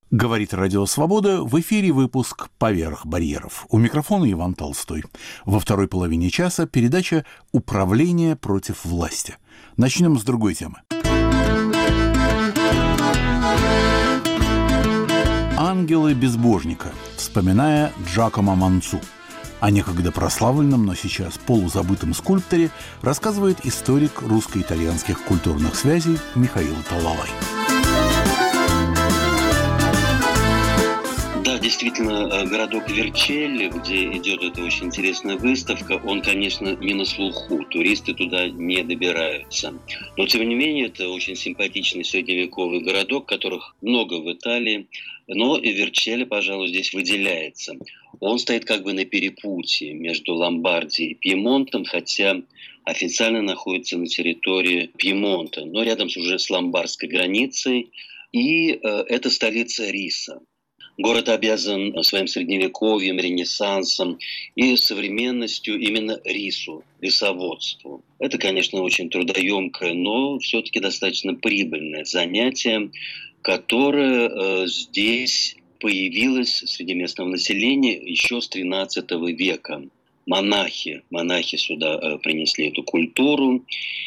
Говорит Радио Свобода, в эфире выпуск «Поверх барьеров». У микрофона Иван Толстой. Во второй половине часа передача «Управление против власти». Начнем с другой темы. «Ангелы безбожника», вспоминая Джакомо Манцу. О некогда прославленном, но сейчас полузабытом скульпторе рассказывает историк русско-итальянских культурных связей Михаил Талалай. Да, действительно, городок Верчелли, где идет эта очень интересная выставка, он, конечно, не на слуху, туристы туда не добираются. Но, тем не менее, это очень симпатичный средневековый городок, которых много в Италии, но и Верчелли, пожалуй, здесь выделяется. Он стоит как бы на перепутье между Ломбардией и Пьемонтом, хотя официально находится на территории Пьемонта, но рядом уже с ломбардской границей, и это столица риса. Город обязан своим средневековьем, ренессансом и современностью именно рису, рисоводству. Это, конечно, очень трудоемкое, но все-таки достаточно прибыльное занятие, которое здесь появилось среди местного населения еще с XIII века. Монахи сюда принесли эту культуру.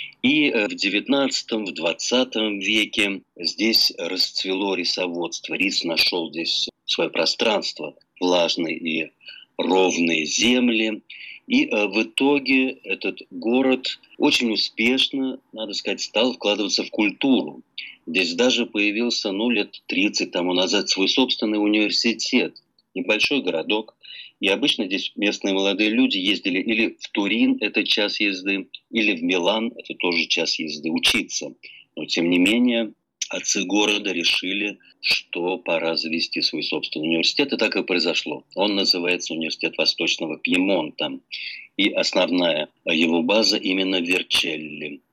И в XIX, в XX веке здесь расцвело рисоводство. Рис нашел здесь свое пространство, влажные и ровные земли. И в итоге этот город очень успешно, надо сказать, стал вкладываться в культуру. Здесь даже появился, лет 30 тому назад свой собственный университет. Небольшой городок. И обычно здесь местные молодые люди ездили или в Турин, это час езды, или в Милан, это тоже час езды, учиться. Но, тем не менее, отцы города решили, что пора завести свой собственный университет, и так и произошло. Он называется Университет Восточного Пьемонта, и основная его база именно Верчелли.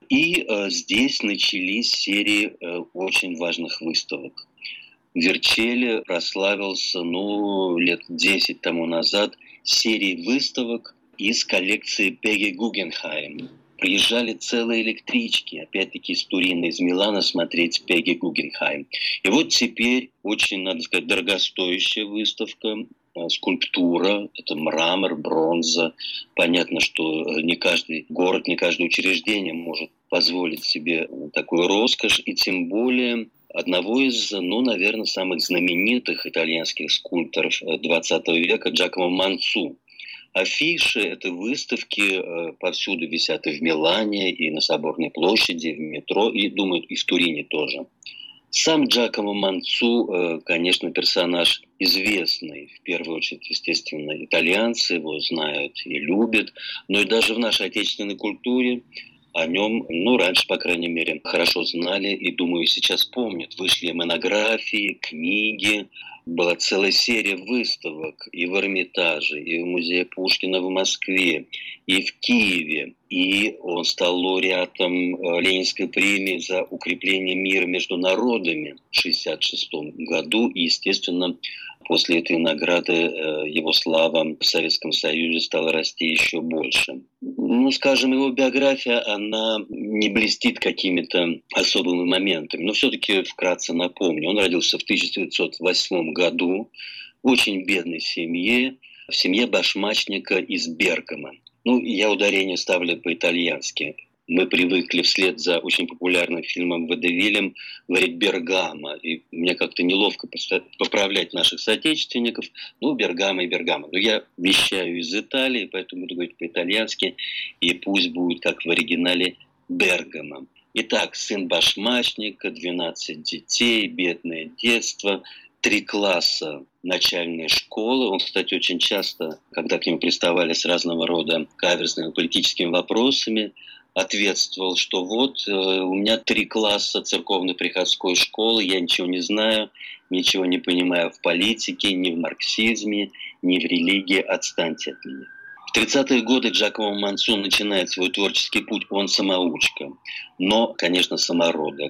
И здесь начались серии очень важных выставок. Верчелли прославился, лет 10 тому назад серией выставок из коллекции Пеги Гугенхайм. Приезжали целые электрички, опять-таки из Турина, из Милана смотреть Пеги Гугенхайм. И вот теперь очень, надо сказать, дорогостоящая выставка, скульптура, это мрамор, бронза. Понятно, что не каждый город, не каждое учреждение может позволить себе такую роскошь, и тем более одного из, наверное, самых знаменитых итальянских скульпторов XX века Джакомо Манцу. Афиши этой выставки повсюду висят и в Милане, и на Соборной площади, и в метро, и, думаю, и в Турине тоже. Сам Джакомо Манцу, конечно, персонаж известный. В первую очередь, естественно, итальянцы его знают и любят, но и даже в нашей отечественной культуре о нем, раньше, по крайней мере, хорошо знали и, думаю, сейчас помнят. Вышли монографии, книги, была целая серия выставок и в Эрмитаже, и в музее Пушкина в Москве, и в Киеве. И он стал лауреатом Ленинской премии за укрепление мира между народами в 1966 году. И, естественно, после этой награды его слава в Советском Союзе стала расти еще больше. Скажем, его биография, она не блестит какими-то особыми моментами. Но все-таки вкратце напомню. Он родился в 1908 году в очень бедной семье, в семье башмачника из Бергама. Я ударение ставлю по-итальянски. Мы привыкли вслед за очень популярным фильмом Водевилем говорить «Бергамо». И мне как-то неловко поправлять наших соотечественников. Бергамо и Бергамо. Но я вещаю из Италии, поэтому буду говорить по-итальянски. И пусть будет, как в оригинале, «Бергамо». Итак, сын башмачника, 12 детей, бедное детство, 3 класса начальной школы. Он, кстати, очень часто, когда к нему приставали с разного рода каверзными политическими вопросами, ответствовал, что у меня 3 класса церковно-приходской школы, я ничего не знаю, ничего не понимаю в политике, ни в марксизме, ни в религии, отстаньте от меня. В 30-е годы Джакомо Манцу начинает свой творческий путь, он самоучка, но, конечно, самородок.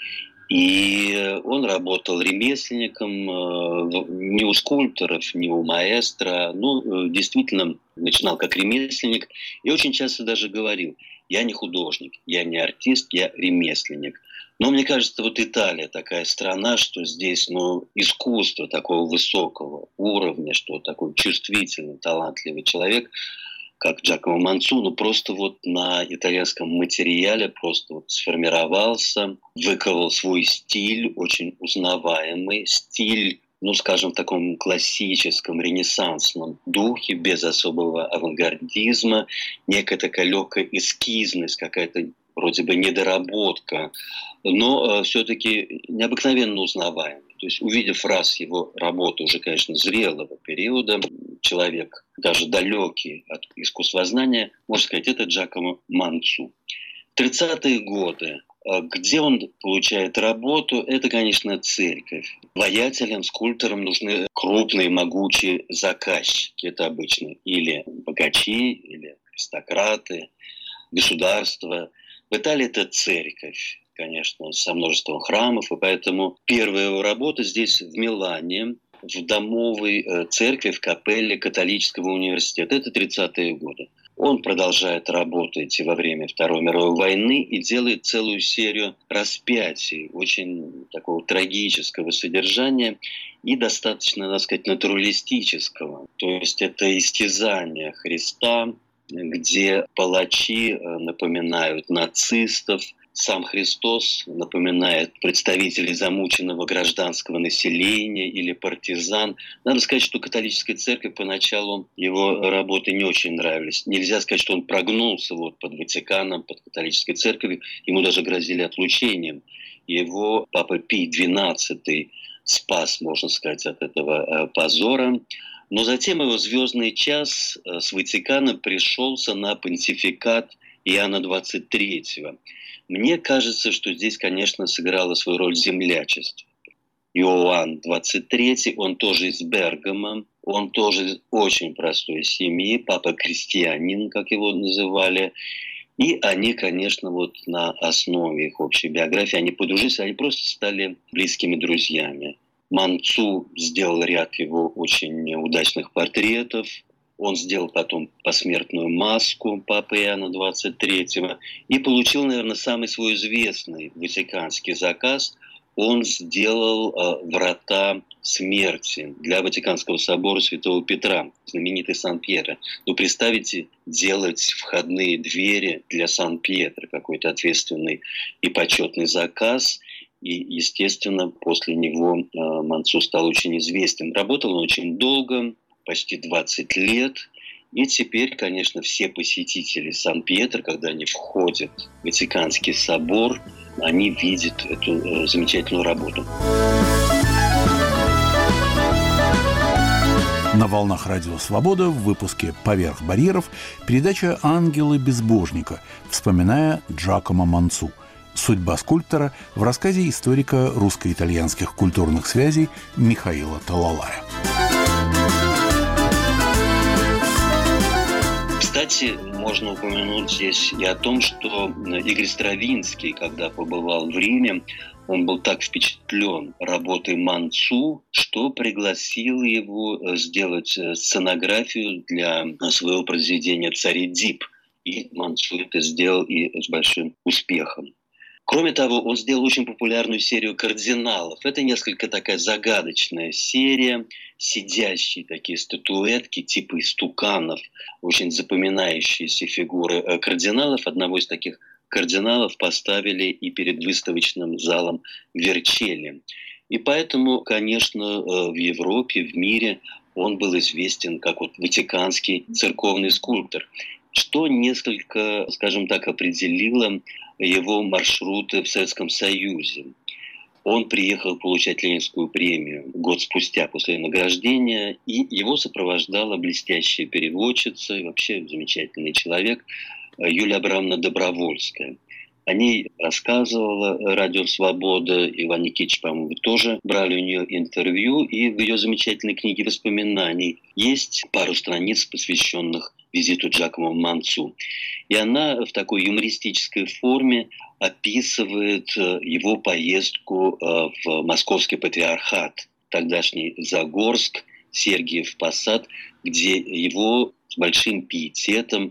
И он работал ремесленником не у скульпторов, не у маэстро, действительно начинал как ремесленник и очень часто даже говорил: я не художник, я не артист, я ремесленник. Но мне кажется, вот Италия такая страна, что здесь искусство такого высокого уровня, что такой чувствительный, талантливый человек, как Джакомо Мансу, просто вот на итальянском материале просто вот сформировался, выковал свой стиль, очень узнаваемый стиль, скажем, в таком классическом, ренессансном духе, без особого авангардизма, некая такая легкая эскизность, какая-то вроде бы недоработка, но все-таки необыкновенно узнаваемый. То есть, увидев раз его работу уже, конечно, зрелого периода, человек, даже далекий от искусствознания, можно сказать, это Джакомо Мансу. 30-е годы. Где он получает работу, это, конечно, церковь. Воятелям, скульпторам нужны крупные, могучие заказчики. Это обычно или богачи, или аристократы, государство. В Италии это церковь, конечно, со множеством храмов, и поэтому первая его работа здесь, в Милане, в домовой церкви, в капелле католического университета. Это 30-е годы. Он продолжает работать и во время Второй мировой войны и делает целую серию распятий, очень такого трагического содержания и достаточно, так сказать, натуралистического. То есть это истязание Христа, где палачи напоминают нацистов, сам Христос напоминает представителей замученного гражданского населения или партизан. Надо сказать, что католическая церковь поначалу его работы не очень нравились. Нельзя сказать, что он прогнулся под Ватиканом, под католической церковью. Ему даже грозили отлучением. Его папа Пий XII спас, можно сказать, от этого позора. Но затем его звездный час с Ватикана пришелся на понтификат Иоанна XXIII. Мне кажется, что здесь, конечно, сыграло свою роль землячество. Иоанн XXIII, он тоже из Бергамо, он тоже из очень простой семьи, папа-крестьянин, как его называли. И они, конечно, на основе их общей биографии, они подружились, они просто стали близкими друзьями. Мансу сделал ряд его очень удачных портретов. Он сделал потом посмертную маску папы Иоанна XXIII и получил, наверное, самый свой известный ватиканский заказ. Он сделал врата смерти для Ватиканского собора Святого Петра, знаменитый Сан-Пьетро. Представьте, делать входные двери для Сан-Пьетро, какой-то ответственный и почетный заказ. И, естественно, после него Мансу стал очень известен. Работал он очень долго, почти 20 лет. И теперь, конечно, все посетители Сан-Пьетро, когда они входят в Ватиканский собор, они видят эту замечательную работу. На волнах Радио Свобода в выпуске «Поверх барьеров» передача «Ангелы безбожника», вспоминая Джакомо Мансу. Судьба скульптора в рассказе историка русско-итальянских культурных связей Михаила Талалая. Кстати, можно упомянуть здесь и о том, что Игорь Стравинский, когда побывал в Риме, он был так впечатлен работой Мансу, что пригласил его сделать сценографию для своего произведения «Царь Эдип». И Мансу это сделал и с большим успехом. Кроме того, он сделал очень популярную серию кардиналов. Это несколько такая загадочная серия, сидящие такие статуэтки типа истуканов, очень запоминающиеся фигуры кардиналов. Одного из таких кардиналов поставили и перед выставочным залом Верчелли. И поэтому, конечно, в Европе, в мире он был известен как ватиканский церковный скульптор, что несколько, скажем так, определило его маршруты в Советском Союзе. Он приехал получать Ленинскую премию год спустя после награждения, и его сопровождала блестящая переводчица и вообще замечательный человек Юлия Абрамовна Добровольская. О ней рассказывала Радио Свобода, Иван Никитич, по-моему, вы тоже брали у нее интервью, и в ее замечательной книге воспоминаний есть пару страниц, посвященных визиту Джакомо Мансу. И она в такой юмористической форме описывает его поездку в Московский патриархат, тогдашний Загорск, Сергиев Посад, где его с большим пиететом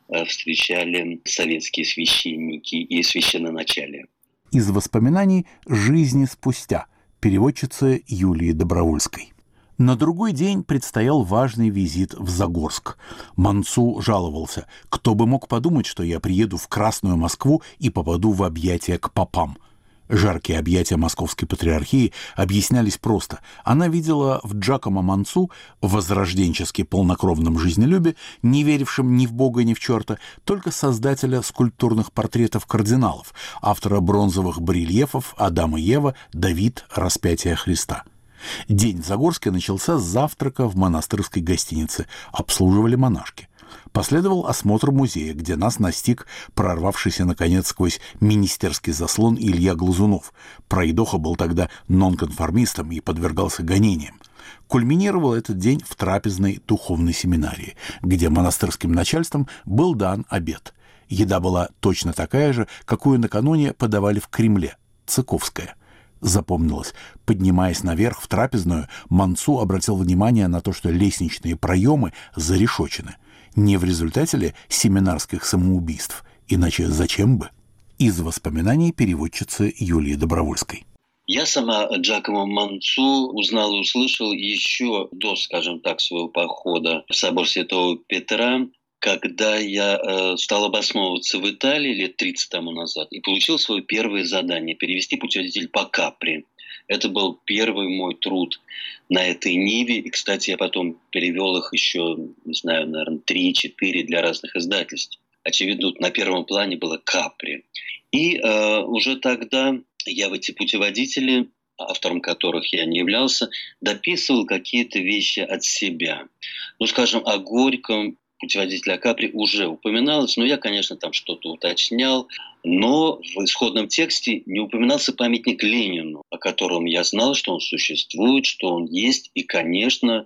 встречали советские священники и священноначалие. Из воспоминаний «Жизни спустя» переводчицы Юлии Добровольской. На другой день предстоял важный визит в Загорск. Мансу жаловался: «Кто бы мог подумать, что я приеду в Красную Москву и попаду в объятия к попам». Жаркие объятия Московской патриархии объяснялись просто. Она видела в Джакомо Мансу, возрожденчески полнокровном жизнелюбе, не верившем ни в Бога, ни в черта, только создателя скульптурных портретов кардиналов, автора бронзовых барельефов «Адам и Ева», «Давид. Распятие Христа». День в Загорске начался с завтрака в монастырской гостинице. Обслуживали монашки. Последовал осмотр музея, где нас настиг прорвавшийся, наконец, сквозь министерский заслон Илья Глазунов. Пройдоха был тогда нонконформистом и подвергался гонениям. Кульминировал этот день в трапезной духовной семинарии, где монастырским начальством был дан обед. Еда была точно такая же, какую накануне подавали в Кремле, цыковская. Запомнилось: поднимаясь наверх в трапезную, Мансу обратил внимание на то, что лестничные проемы зарешочены. Не в результате ли семинарских самоубийств? Иначе зачем бы? Из воспоминаний переводчицы Юлии Добровольской. Я сама Джакомо Мансу узнал и услышал еще до, скажем так, своего похода в собор Святого Петра, когда я стал обосновываться в Италии лет 30 тому назад и получил свое первое задание – перевести путеводитель по Капри. Это был первый мой труд на этой ниве. И, кстати, я потом перевел их еще, не знаю, наверное, 3-4 для разных издательств. Очевидно, на первом плане было Капри. И уже тогда я в эти путеводители, автором которых я не являлся, дописывал какие-то вещи от себя. Ну, скажем, о Горьком путеводитель о Капри уже упоминалось, но я, конечно, там что-то уточнял. Но в исходном тексте не упоминался памятник Ленину, о котором я знал, что он существует, что он есть. И, конечно,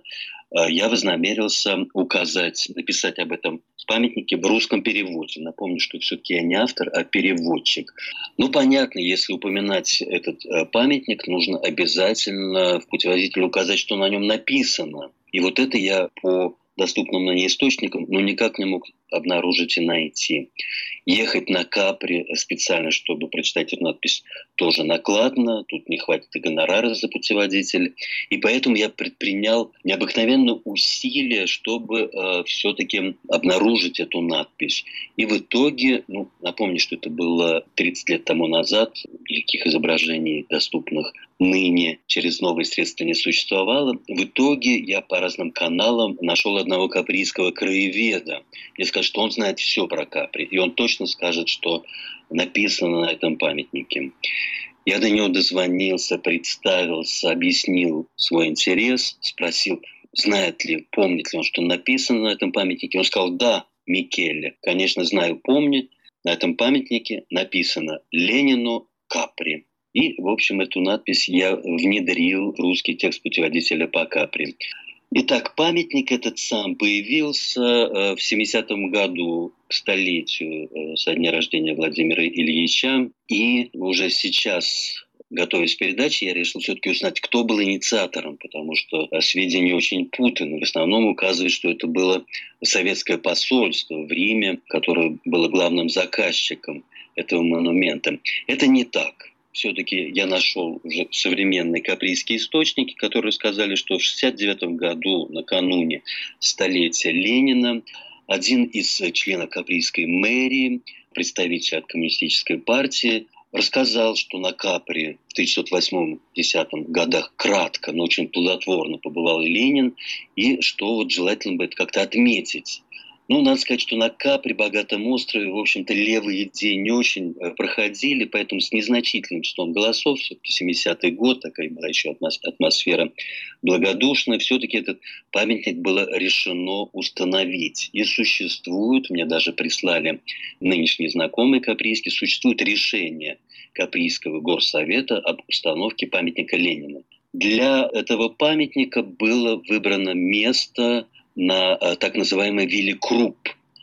я вознамерился написать об этом памятнике в русском переводе. Напомню, что все-таки я не автор, а переводчик. Ну, понятно, если упоминать этот памятник, нужно обязательно в путеводителе указать, что на нем написано. И вот это я по доступным мне источникам, но никак не мог обнаружить и найти. Ехать на Капри специально, чтобы прочитать эту надпись, тоже накладно. Тут не хватит и гонорара за путеводитель. И поэтому я предпринял необыкновенные усилия, чтобы все-таки обнаружить эту надпись. И в итоге, напомню, что это было 30 лет тому назад, никаких изображений, доступных ныне через новые средства, не существовало. В итоге я по разным каналам нашел одного каприйского краеведа. Мне скажут, что он знает все про Капри, и он точно скажет, что написано на этом памятнике. Я до него дозвонился, представился, объяснил свой интерес, спросил, знает ли, помнит ли он, что написано на этом памятнике. Он сказал: да, Микеле, конечно, знаю, помню. На этом памятнике написано «Ленину Капри». И, в общем, эту надпись я внедрил в русский текст путеводителя по Капри. Итак, памятник этот сам появился в 70-м году к столетию со дня рождения Владимира Ильича. И уже сейчас, готовясь к передаче, я решил все-таки узнать, кто был инициатором, потому что сведения очень путаны. В основном указывают, что это было советское посольство в Риме, которое было главным заказчиком этого монумента. Это не так. Все-таки я нашел уже современные каприйские источники, которые сказали, что в 1969 году, накануне столетия Ленина, один из членов каприйской мэрии, представитель от коммунистической партии, рассказал, что на Капри в 1908-1910 годах кратко, но очень плодотворно побывал и Ленин, и что вот желательно бы это как-то отметить. Надо сказать, что на Капри, богатом острове, в общем-то, левые идеи не очень проходили, поэтому с незначительным числом голосов, все-таки 70-й год, такая была еще атмосфера благодушная, все-таки этот памятник было решено установить. И существует, мне даже прислали нынешние знакомые каприйские, существует решение Каприйского горсовета об установке памятника Ленина. Для этого памятника было выбрано место на так называемой вилле Крупп,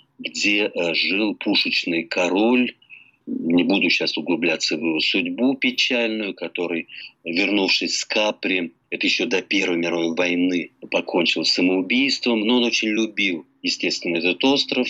где жил пушечный король. Не буду сейчас углубляться в его судьбу печальную, который, вернувшись с Капри, это еще до Первой мировой войны, покончил самоубийством, но он очень любил, естественно, этот остров.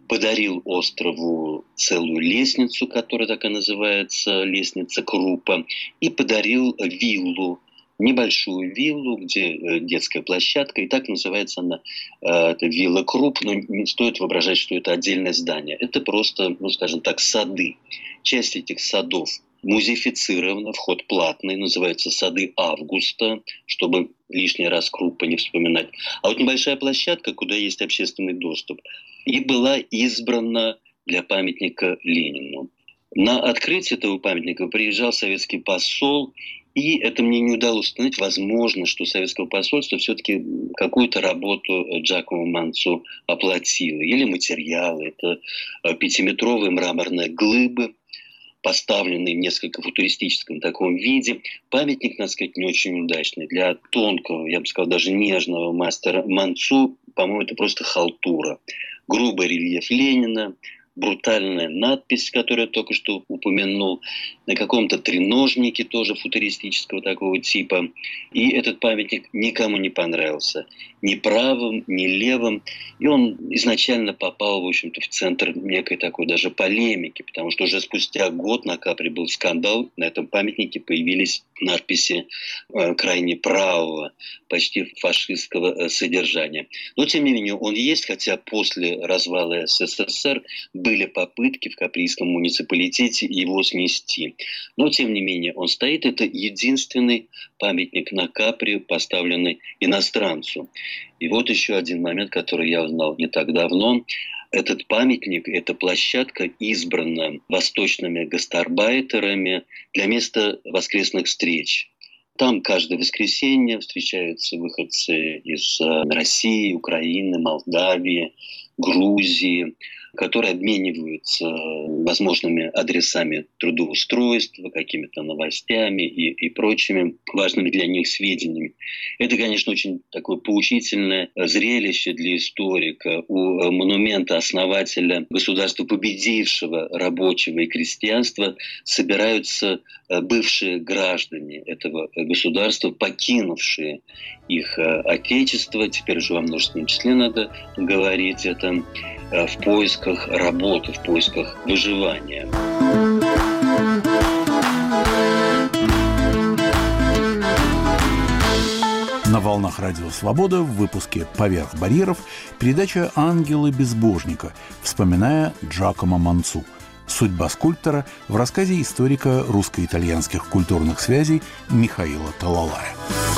подарил острову целую лестницу, которая так и называется, лестница Крупа, и подарил виллу, небольшую виллу, где детская площадка, и так называется она, это вилла Круп, но не стоит воображать, что это отдельное здание. Это просто, ну, скажем так, сады. Часть этих садов музеифицирована, вход платный, называется «Сады Августа», чтобы лишний раз Круппа не вспоминать. А вот небольшая площадка, куда есть общественный доступ, и была избрана для памятника Ленину. На открытие этого памятника приезжал советский посол, и это мне не удалось установить. Возможно, что советское посольство все-таки какую-то работу Джакомо Манцу оплатило. Или материалы. Это 5-метровые мраморные глыбы, поставленный в несколько футуристическом таком виде. Памятник, надо сказать, не очень удачный. Для тонкого, я бы сказал, даже нежного мастера Манцу, по-моему, это просто халтура. Грубый рельеф Ленина, брутальная надпись, которую я только что упомянул, на каком-то треножнике тоже футуристического такого типа. И этот памятник никому не понравился. Ни правым, ни левым. И он изначально попал, в общем-то, в центр некой такой даже полемики, потому что уже спустя год на Капри был скандал. На этом памятнике появились надписи крайне правого, почти фашистского содержания. Но, тем не менее, он есть, хотя после развала СССР были попытки в Каприйском муниципалитете его снести. Но, тем не менее, он стоит. Это единственный памятник на Капри, поставленный иностранцу. И вот еще один момент, который я узнал не так давно. Этот памятник, эта площадка избрана восточными гастарбайтерами для места воскресных встреч. Там каждое воскресенье встречаются выходцы из России, Украины, Молдавии, Грузии, которые обмениваются возможными адресами трудоустройства, какими-то новостями и прочими важными для них сведениями. Это, конечно, очень такое поучительное зрелище для историка. У монумента основателя государства, победившего рабочего и крестьянства, собираются бывшие граждане этого государства, покинувшие их отечество, теперь уже во множественном числе надо говорить это, в поисках работы, в поисках выживания. На волнах Радио Свобода в выпуске «Поверх барьеров» передача «Ангелы безбожника», вспоминая Джакомо Манцу. Судьба скульптора в рассказе историка русско-итальянских культурных связей Михаила Талалая.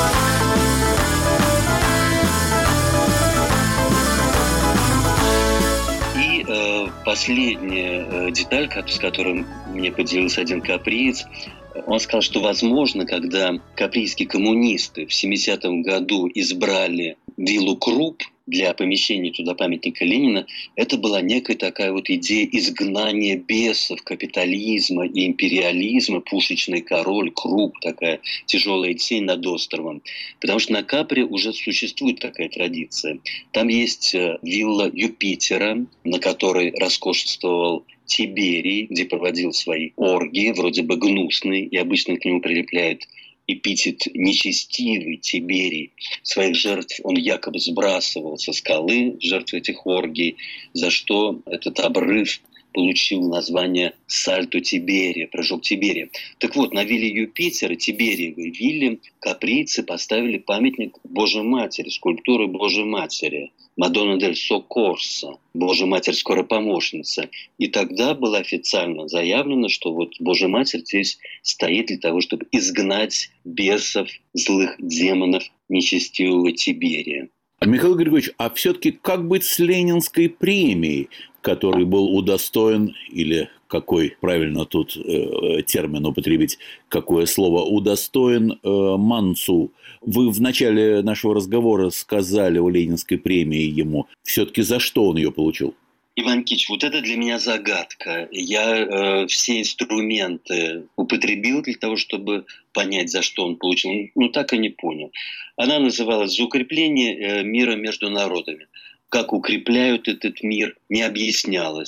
Последняя деталь, с которой мне поделился один каприец, он сказал, что, возможно, когда каприйские коммунисты в 70-м году избрали виллу Круп для помещения туда памятника Ленина, это была некая такая вот идея изгнания бесов капитализма и империализма, пушечный король, Круп, такая тяжелая тень над островом. Потому что на Капри уже существует такая традиция. Там есть вилла Юпитера, на которой роскошествовал Тиберий, где проводил свои оргии, вроде бы гнусные, и обычно к нему прилепляют эпитет «нечестивый Тиберий». Своих жертв он якобы сбрасывал со скалы, жертв этих оргий, за что этот обрыв получил название «Сальто Тиберия», прыжок Тиберия. Так вот, на вилле Юпитера, Тибериевой вилле, каприйцы поставили памятник Божьей Матери, скульптуры Божьей Матери, Мадонна дель Соккорсо, Божья Матерь Скоропомощница. И тогда было официально заявлено, что вот Божья Матерь здесь стоит для того, чтобы изгнать бесов, злых демонов нечестивого Тиберия. Михаил Григорьевич, а все-таки как быть с Ленинской премией, который был удостоен, или какой правильно тут термин употребить, какое слово, удостоен Манцу? Вы в начале нашего разговора сказали о Ленинской премии ему. Все-таки за что он ее получил? Иван Кич, вот это для меня загадка. Я все инструменты употребил для того, чтобы понять, за что он получил. Ну, так и не понял. Она называлась «За укрепление мира между народами». Как укрепляют этот мир, не объяснялось.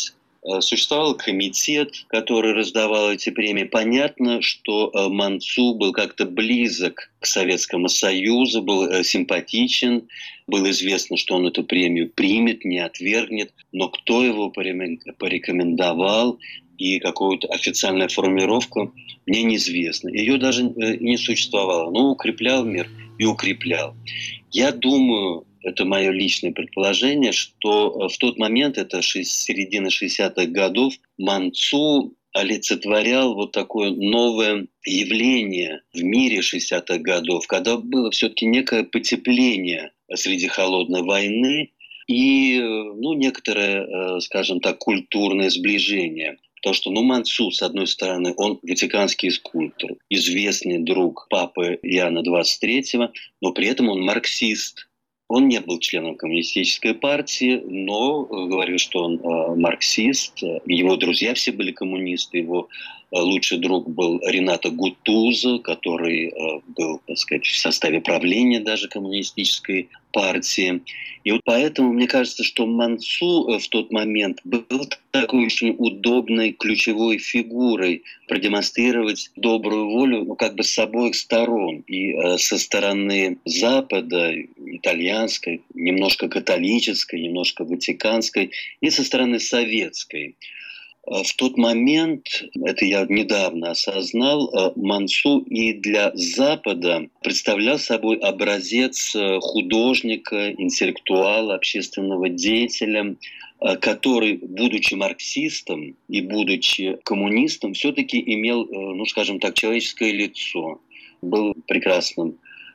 Существовал комитет, который раздавал эти премии. Понятно, что Мансу был как-то близок к Советскому Союзу, был симпатичен, было известно, что он эту премию примет, не отвергнет, но кто его порекомендовал и какую-то официальную формулировку, мне неизвестно. Ее даже не существовало. Но укреплял мир и укреплял. Я думаю, это мое личное предположение, что в тот момент, это середина 60-х годов, Мансу олицетворял вот такое новое явление в мире 60-х годов, когда было все-таки некое потепление среди холодной войны и некоторое, скажем так, культурное сближение. Потому что, Мансу, с одной стороны, он ватиканский скульптор, известный друг папы Иоанна XXIII, но при этом он марксист. Он не был членом коммунистической партии, но говорил, что он марксист. Его друзья все были коммунисты. Его лучший друг был Ренато Гутузо, который был, так сказать, в составе правления даже коммунистической партии. И вот поэтому мне кажется, что Мансу в тот момент был такой очень удобной ключевой фигурой продемонстрировать добрую волю, с обоих сторон. И со стороны Запада, итальянской, немножко католической, немножко ватиканской, и со стороны советской. В тот момент, это я недавно осознал, Мансу и для Запада представлял собой образец художника, интеллектуала, общественного деятеля, который, будучи марксистом и будучи коммунистом, все-таки имел, человеческое лицо. Был прекрасным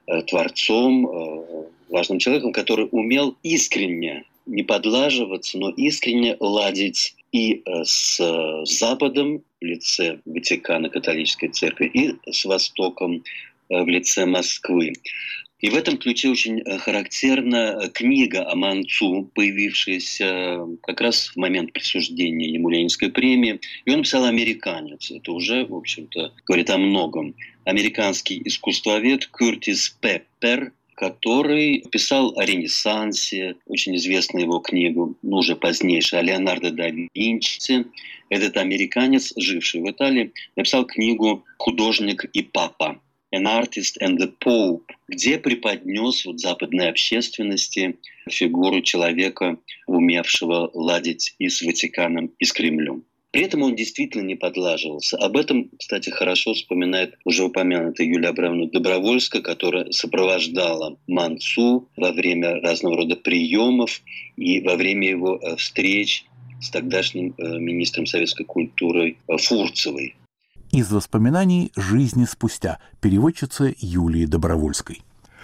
творцом, важным человеком, который умел искренне, не подлаживаться, но искренне ладить и с Западом в лице Ватикана, католической церкви, и с Востоком в лице Москвы. И в этом ключе очень характерна книга о Мансу, появившаяся как раз в момент присуждения ему Ленинской премии. И он писал «Американец». Это уже, в общем-то, говорит о многом. Американский искусствовед Куртис Пеппер, который писал о Ренессансе, очень известную его книгу, уже позднейшая, о Леонардо да Винчи. Этот американец, живший в Италии, написал книгу «Художник и папа» «An Artist and the Pope», где преподнес западной общественности фигуру человека, умевшего ладить и с Ватиканом, и с Кремлем. При этом он действительно не подлаживался. Об этом, кстати, хорошо вспоминает уже упомянутая Юлия Абрамовна Добровольская, которая сопровождала Мансу во время разного рода приемов и во время его встреч с тогдашним министром советской культуры Фурцевой. Из воспоминаний «Жизни спустя» переводчицы Юлии Добровольской.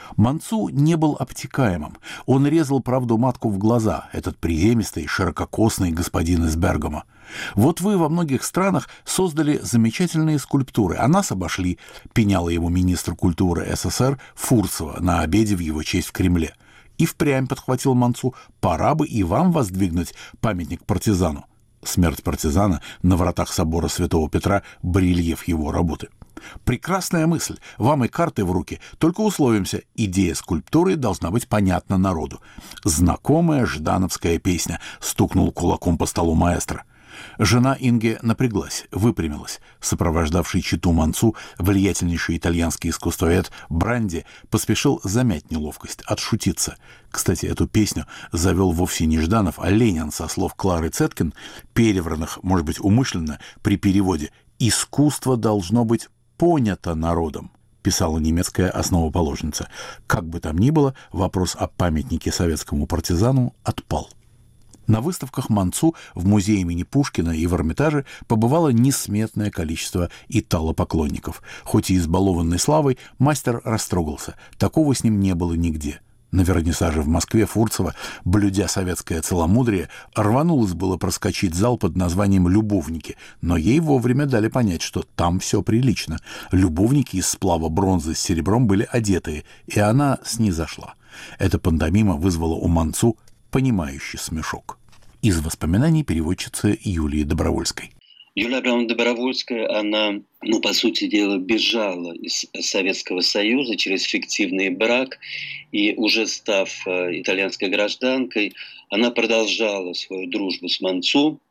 Мансу не был обтекаемым. Он резал правду матку в глаза, этот приземистый, ширококосный господин из Бергама. Вот вы во многих странах создали замечательные скульптуры, а нас обошли, пеняла ему министр культуры СССР Фурцева на обеде в его честь в Кремле. И впрямь подхватил Мансу: пора бы и вам воздвигнуть памятник партизану. Смерть партизана на вратах собора Святого Петра — барельеф его работы. Прекрасная мысль. Вам и карты в руки. Только условимся, идея скульптуры должна быть понятна народу. Знакомая ждановская песня, стукнул кулаком по столу маэстро. Жена Инги напряглась, выпрямилась. Сопровождавший чету Мансу влиятельнейший итальянский искусствовед Бранди поспешил замять неловкость, отшутиться. Кстати, эту песню завел вовсе не Жданов, а Ленин, со слов Клары Цеткин, перевранных, может быть, умышленно, при переводе: «Искусство должно быть понято народом», писала немецкая основоположница. Как бы там ни было, вопрос о памятнике советскому партизану отпал. На выставках Мансу в музее имени Пушкина и в Эрмитаже побывало несметное количество итало-поклонников. Хоть и избалованный славой, мастер растрогался. Такого с ним не было нигде. На вернисаже в Москве Фурцева, блюдя советское целомудрие, рванулась было проскочить зал под названием «Любовники», но ей вовремя дали понять, что там все прилично. Любовники из сплава бронзы с серебром были одетые, и она снизошла. Эта пантомима вызвала у Мансу понимающий смешок. Из воспоминаний переводчицы Юлии Добровольской. Юлия Абрамовна Добровольская, она, по сути дела, бежала из Советского Союза через фиктивный брак, и уже став итальянской гражданкой, она продолжала свою дружбу с Мансу,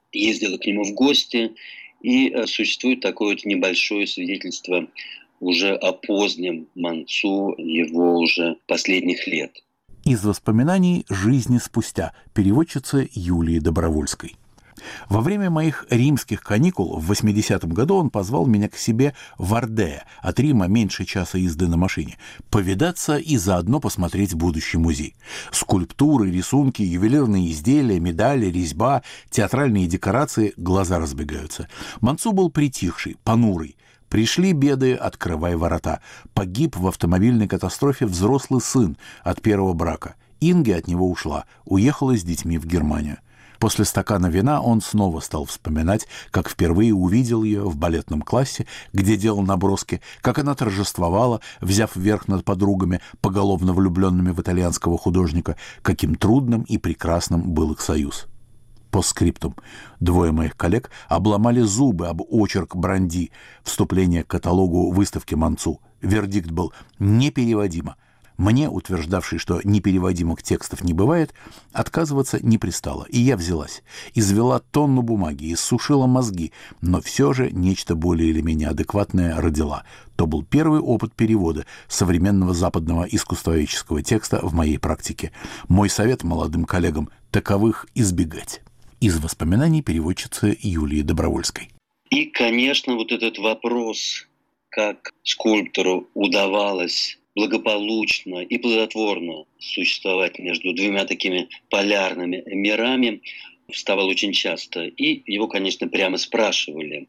ездила к нему в гости, и существует такое вот небольшое свидетельство уже о позднем Мансу, его уже последних лет. Из воспоминаний «Жизни спустя» переводчицы Юлии Добровольской. Во время моих римских каникул в 80-м году он позвал меня к себе в Ардея, от Рима меньше часа езды на машине, повидаться и заодно посмотреть будущий музей. Скульптуры, рисунки, ювелирные изделия, медали, резьба, театральные декорации, глаза разбегаются. Мансу был притихший, понурый. Пришли беды, открывай ворота. Погиб в автомобильной катастрофе взрослый сын от первого брака. Инге от него ушла, уехала с детьми в Германию. После стакана вина он снова стал вспоминать, как впервые увидел ее в балетном классе, где делал наброски, как она торжествовала, взяв верх над подругами, поголовно влюбленными в итальянского художника, каким трудным и прекрасным был их союз. Постскриптум. 2 моих коллег обломали зубы об очерк Бранди, вступление к каталогу выставки Мансу. Вердикт был непереводимо. Мне, утверждавшей, что непереводимых текстов не бывает, отказываться не пристало, и я взялась. Извела тонну бумаги, иссушила мозги, но все же нечто более или менее адекватное родила. То был первый опыт перевода современного западного искусствоведческого текста в моей практике. Мой совет молодым коллегам – таковых избегать. Из воспоминаний переводчицы Юлии Добровольской. И, конечно, вот этот вопрос, как скульптору удавалось благополучно и плодотворно существовать между двумя такими полярными мирами, вставал очень часто. И его, конечно, прямо спрашивали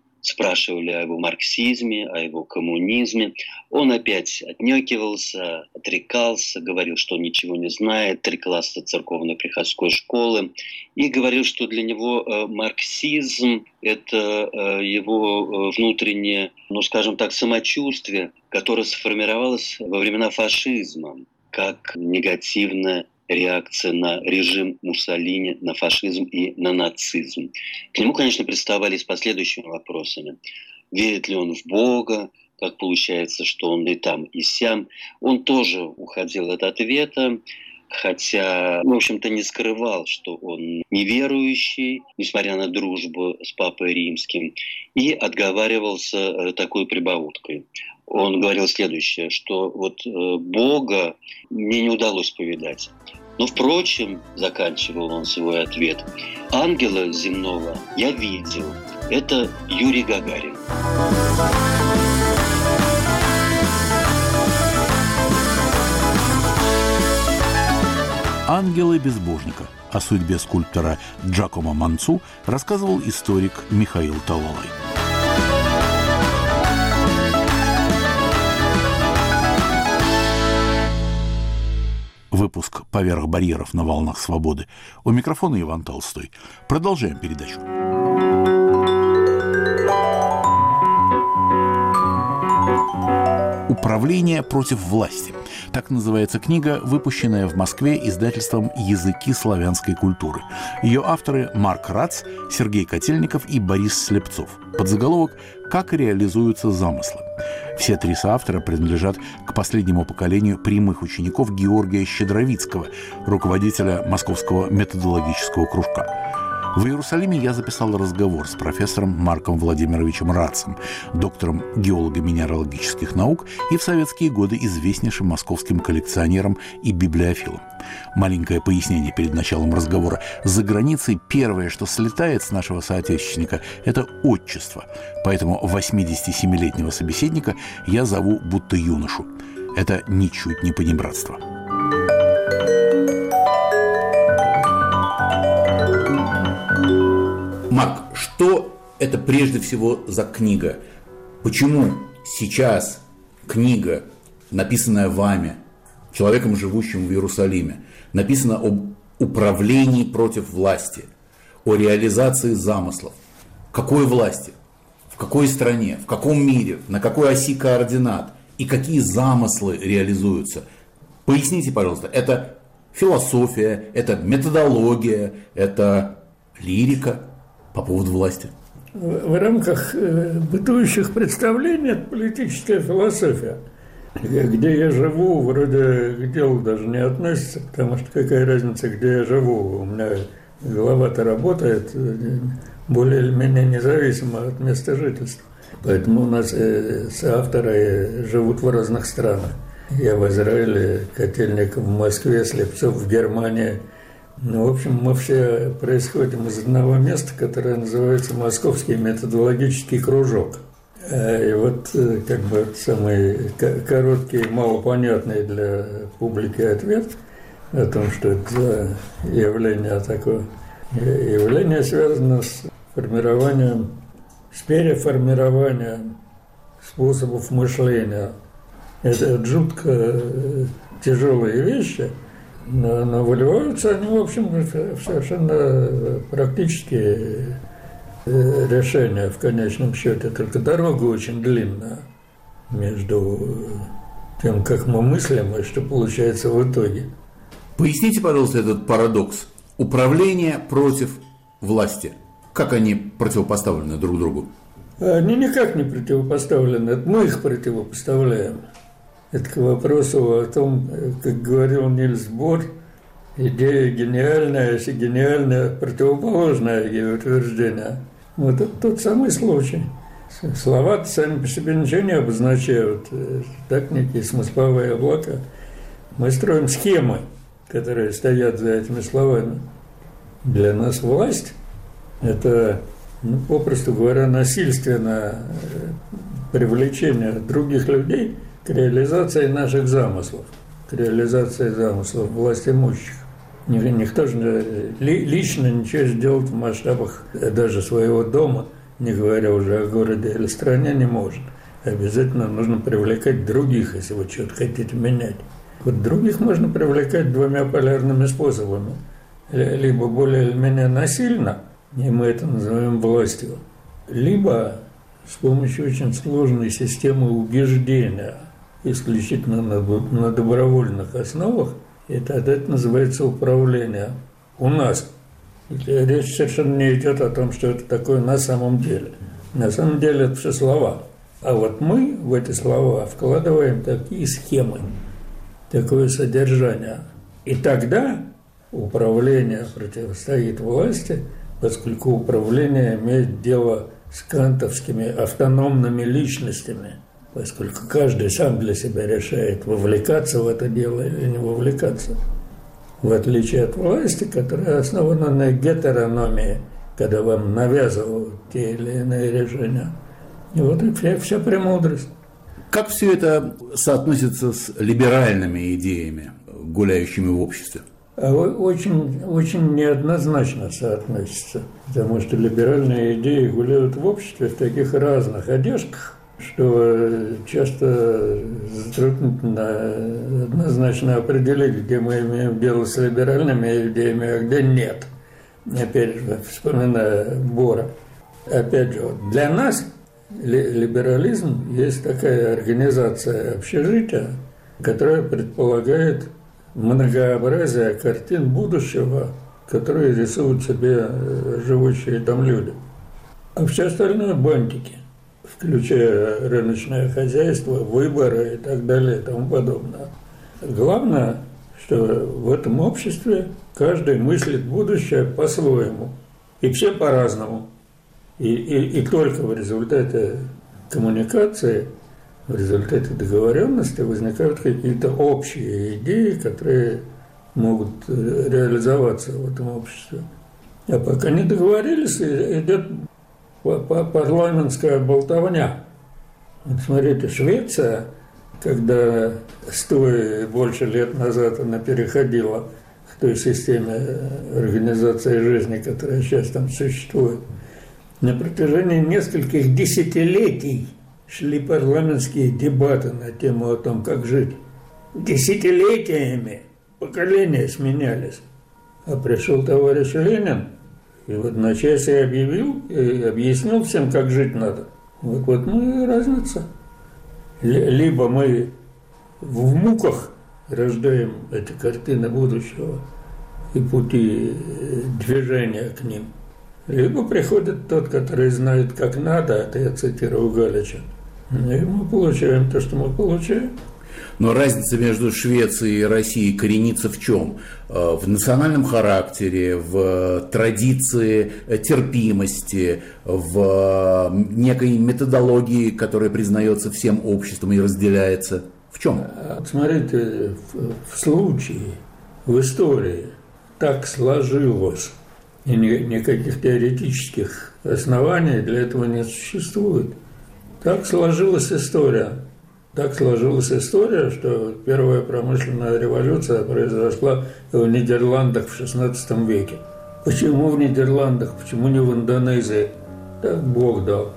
о его марксизме, о его коммунизме. Он опять отнекивался, отрекался, говорил, что он ничего не знает, 3 класса церковно-приходской школы, и говорил, что для него марксизм – это его внутреннее, скажем так, самочувствие, которое сформировалось во времена фашизма, как негативная реакция на режим Муссолини, на фашизм и на нацизм. К нему, конечно, приставали с последующими вопросами. Верит ли он в Бога? Как получается, что он и там, и сям? Он тоже уходил от ответа, хотя, в общем-то, не скрывал, что он неверующий, несмотря на дружбу с Папой Римским, и отговаривался такой прибауткой. Он говорил следующее, что вот Бога мне не удалось повидать. Но, впрочем, заканчивал он свой ответ, ангела земного я видел. Это Юрий Гагарин. «Ангелы безбожника». О судьбе скульптора Джакомо Мансу рассказывал историк Михаил Талалай. Выпуск «Поверх барьеров» на волнах свободы. У микрофона Иван Толстой. Продолжаем передачу. «Управление против власти». Так называется книга, выпущенная в Москве издательством «Языки славянской культуры». Ее авторы Марк Рац, Сергей Котельников и Борис Слепцов. Подзаголовок «Как реализуются замыслы». Все 3 соавтора принадлежат к последнему поколению прямых учеников Георгия Щедровицкого, руководителя Московского методологического кружка. В Иерусалиме я записал разговор с профессором Марком Владимировичем Рацем, доктором геолого-минералогических наук и в советские годы известнейшим московским коллекционером и библиофилом. Маленькое пояснение перед началом разговора. За границей первое, что слетает с нашего соотечественника, это отчество. Поэтому 87-летнего собеседника я зову будто юношу. Это ничуть не понебратство. Марк, что это прежде всего за книга? Почему сейчас книга, написанная вами, человеком, живущим в Иерусалиме, написана об управлении против власти, о реализации замыслов? Какой власти? В какой стране? В каком мире? На какой оси координат? И какие замыслы реализуются? Поясните, пожалуйста, это философия, это методология, это лирика по поводу власти? В рамках бытующих представлений это политическая философия. Где я живу, вроде к делу даже не относится, потому что какая разница, где я живу. У меня голова-то работает более или менее независимо от места жительства. Поэтому у нас соавторы живут в разных странах. Я в Израиле, Котельник в Москве, Слепцов в Германии. Ну, в общем, мы все происходим из одного места, которое называется Московский методологический кружок. И вот как бы самый короткий, малопонятный для публики ответ о том, что это за явление такое. Явление связано с формированием, с переформированием способов мышления. Это жутко тяжелые вещи, но выливаются они, в общем, в совершенно практические решения в конечном счете. Только дорога очень длинная между тем, как мы мыслим, и что получается в итоге. Поясните, пожалуйста, этот парадокс. Управление против власти. Как они противопоставлены друг другу? Они никак не противопоставлены. Это мы их противопоставляем. Это к вопросу о том, как говорил Нильс Бор, идея гениальная, если гениальная, противоположное ей утверждение. Вот это тот самый случай. Слова сами по себе ничего не обозначают. Так, некие смысловые облака. Мы строим схемы, которые стоят за этими словами. Для нас власть – это, попросту говоря, насильственное привлечение других людей к реализации наших замыслов, к реализации замыслов властимущих. Никто же лично ничего сделать в масштабах даже своего дома, не говоря уже о городе или стране, не может. Обязательно нужно привлекать других, если вы что-то хотите менять. Вот других можно привлекать двумя полярными способами. Либо более или менее насильно, и мы это называем властью, либо с помощью очень сложной системы убеждения, исключительно на добровольных основах, и тогда это называется управление. У нас речь совершенно не идет о том, что это такое на самом деле. На самом деле это все слова. А вот мы в эти слова вкладываем такие схемы, такое содержание. И тогда управление противостоит власти, поскольку управление имеет дело с кантовскими автономными личностями, поскольку каждый сам для себя решает, вовлекаться в это дело или не вовлекаться. В отличие от власти, которая основана на гетерономии, когда вам навязывают те или иные решения. И вот и вся премудрость. Как все это соотносится с либеральными идеями, гуляющими в обществе? Очень, очень неоднозначно соотносится, потому что либеральные идеи гуляют в обществе в таких разных одежках, что часто затруднительно однозначно определить, где мы имеем дело с либеральными идеями, а где нет. Опять же, вспоминая Бора. Опять же, для нас либерализм есть такая организация общежития, которая предполагает многообразие картин будущего, которые рисуют себе живущие там люди. А все остальное – бантики, включая рыночное хозяйство, выборы и так далее и тому подобное. Главное, что в этом обществе каждый мыслит будущее по-своему, и все по-разному. И только в результате коммуникации, в результате договоренности возникают какие-то общие идеи, которые могут реализоваться в этом обществе. А пока не договорились, идет парламентская болтовня. Вот смотрите, Швеция, когда 100 и больше лет назад она переходила к той системе организации жизни, которая сейчас там существует, на протяжении нескольких десятилетий шли парламентские дебаты на тему о том, как жить. Десятилетиями поколения сменялись. А пришел товарищ Ленин и в одночасье объявил и объяснил всем, как жить надо. Вот мы и разница. Либо мы в муках рождаем эти картины будущего и пути движения к ним, либо приходит тот, который знает, как надо, это я цитирую Галича, и мы получаем то, что мы получаем. Но разница между Швецией и Россией коренится в чем? В национальном характере, в традиции терпимости, в некой методологии, которая признается всем обществом и разделяется. В чем? Смотрите, в случае, в истории так сложилось, и никаких теоретических оснований для этого не существует. Так сложилась история. Так сложилась история, что первая промышленная революция произошла в Нидерландах в XVI веке. Почему в Нидерландах, почему не в Индонезии? Так Бог дал.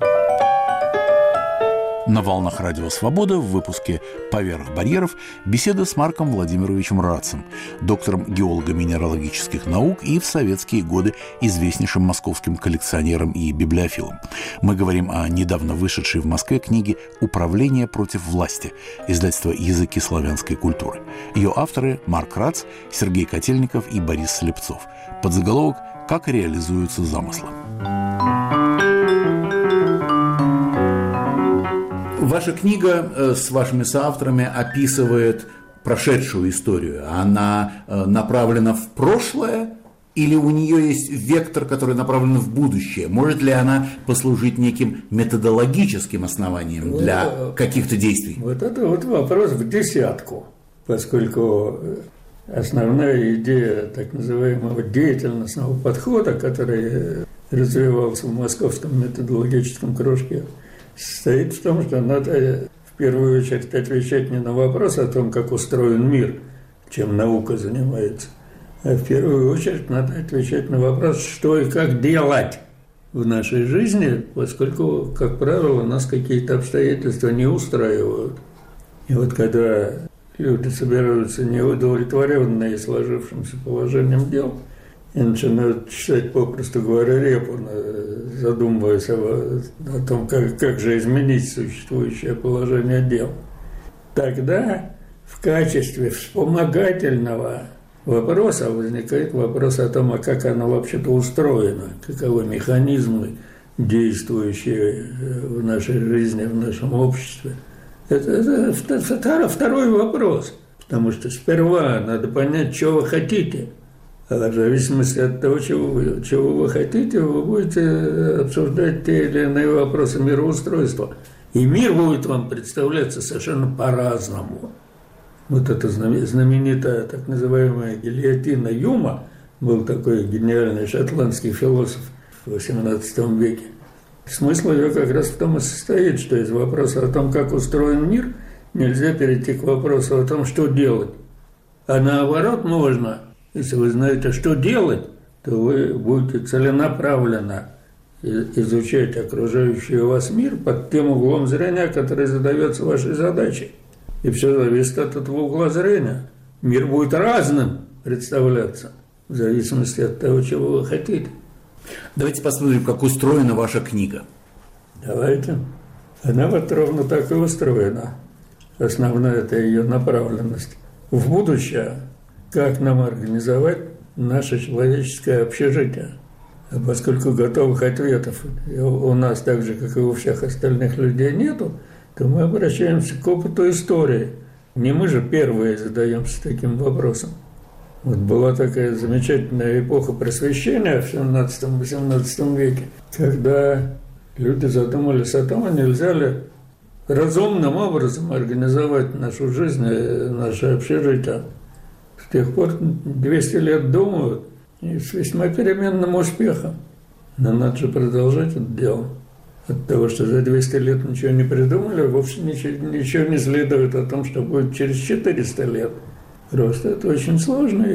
На волнах Радио Свобода в выпуске «Поверх барьеров» беседа с Марком Владимировичем Рацем, доктором геолого-минералогических наук и в советские годы известнейшим московским коллекционером и библиофилом. Мы говорим о недавно вышедшей в Москве книге «Управление против власти», издательство «Языки славянской культуры». Ее авторы Марк Рац, Сергей Котельников и Борис Слепцов. Подзаголовок «Как реализуются замыслы». Ваша книга с вашими соавторами описывает прошедшую историю. Она направлена в прошлое или у нее есть вектор, который направлен в будущее? Может ли она послужить неким методологическим основанием для каких-то действий? Вот это вот вопрос в десятку, поскольку основная идея так называемого деятельностного подхода, который развивался в московском методологическом кружке, состоит в том, что надо в первую очередь отвечать не на вопрос о том, как устроен мир, чем наука занимается, а в первую очередь надо отвечать на вопрос, что и как делать в нашей жизни, поскольку, как правило, нас какие-то обстоятельства не устраивают. И вот когда люди собираются неудовлетворенные сложившимся положением дел и начинают читать, попросту говоря, репу, задумываясь о том, как же изменить существующее положение дел, тогда в качестве вспомогательного вопроса возникает вопрос о том, а как оно вообще-то устроено, каковы механизмы, действующие в нашей жизни, в нашем обществе. Это второй вопрос, потому что сперва надо понять, чего вы хотите. А в зависимости от того, чего вы хотите, вы будете обсуждать те или иные вопросы мироустройства. И мир будет вам представляться совершенно по-разному. Вот эта знаменитая так называемая гильотина Юма, был такой гениальный шотландский философ в XVIII веке. Смысл ее как раз в том и состоит, что из вопроса о том, как устроен мир, нельзя перейти к вопросу о том, что делать. А наоборот можно. Если вы знаете, что делать, то вы будете целенаправленно изучать окружающий вас мир под тем углом зрения, который задается вашей задачей. И все зависит от этого угла зрения. Мир будет разным представляться в зависимости от того, чего вы хотите. Давайте посмотрим, как устроена ваша книга. Давайте. Она вот ровно так и устроена. Основная это ее направленность в будущее. Как нам организовать наше человеческое общежитие? А поскольку готовых ответов у нас, так же, как и у всех остальных людей, нету, то мы обращаемся к опыту истории. Не мы же первые задаемся таким вопросом. Вот была такая замечательная эпоха просвещения в 17-18 веке, когда люди задумались о том, нельзя ли разумным образом организовать нашу жизнь, наше общежитие. С тех пор 200 лет думают, и с весьма переменным успехом. Но надо же продолжать это дело. От того, что за 200 лет ничего не придумали, вовсе ничего не следует о том, что будет через 400 лет. Просто это очень сложные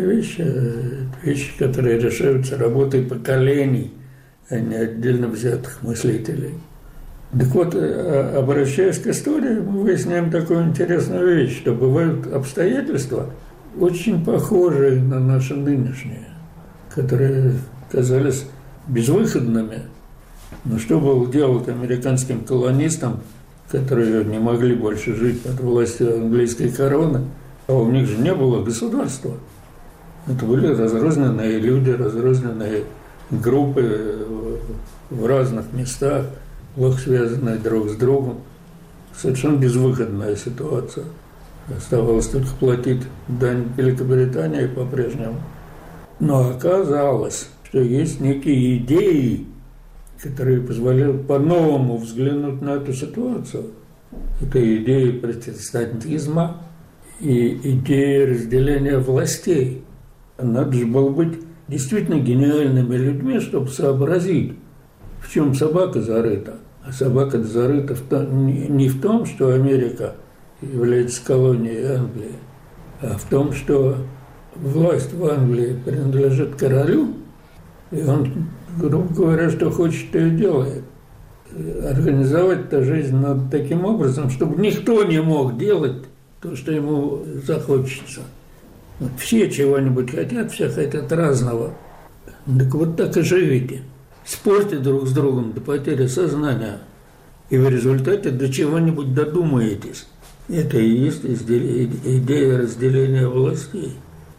вещи, которые решаются работой поколений, а не отдельно взятых мыслителей. Так вот, обращаясь к истории, мы выясняем такую интересную вещь, что бывают обстоятельства, очень похожие на наши нынешние, которые казались безвыходными. Но что было делать американским колонистам, которые не могли больше жить под властью английской короны, а у них же не было государства. Это были разрозненные люди, разрозненные группы в разных местах, плохо связанные друг с другом. Совершенно безвыходная ситуация. Оставалось только платить дань Великобритании по-прежнему. Но оказалось, что есть некие идеи, которые позволяют по-новому взглянуть на эту ситуацию. Это идеи протестантизма и идеи разделения властей. Надо же было быть действительно гениальными людьми, чтобы сообразить, в чем собака зарыта. А собака зарыта не в том, что Америка является колонией Англии, а в том, что власть в Англии принадлежит королю, и он, грубо говоря, что хочет, то и делает. Организовать-то жизнь надо таким образом, чтобы никто не мог делать то, что ему захочется. Вот все чего-нибудь хотят, все хотят разного. Так вот так и живите. Спорьте друг с другом до потери сознания, и в результате до чего-нибудь додумаетесь. Это и есть идея разделения властей.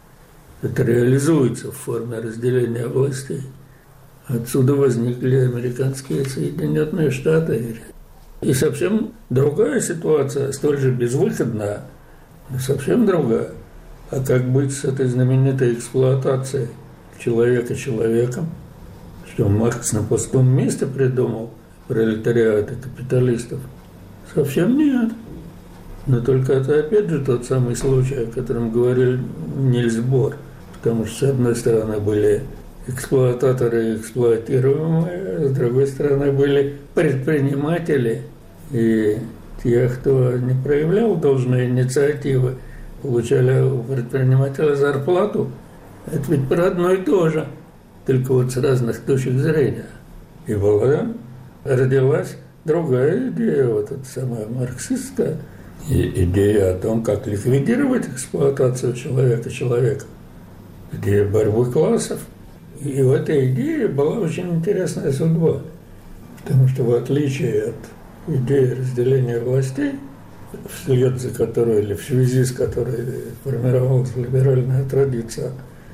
Это реализуется в форме разделения властей. Отсюда возникли американские Соединенные Штаты. И совсем другая ситуация, столь же безвыходная, но совсем другая. А как быть с этой знаменитой эксплуатацией человека человеком? Что Маркс на пустом месте придумал пролетариат и капиталистов? Совсем нет. Но только это опять же тот самый случай, о котором говорил Нильс Бор. Потому что, с одной стороны, были эксплуататоры и эксплуатируемые, а с другой стороны, были предприниматели. И те, кто не проявлял должной инициативы, получали у предпринимателя зарплату. Это ведь про одно и то же, только вот с разных точек зрения. И родилась другая идея, вот эта самая марксистская, идея о том, как ликвидировать эксплуатацию человека человеком, идея борьбы классов. И в этой идее была очень интересная судьба, потому что в отличие от идеи разделения властей, вслед за которой или в связи с которой формировалась либеральная традиция,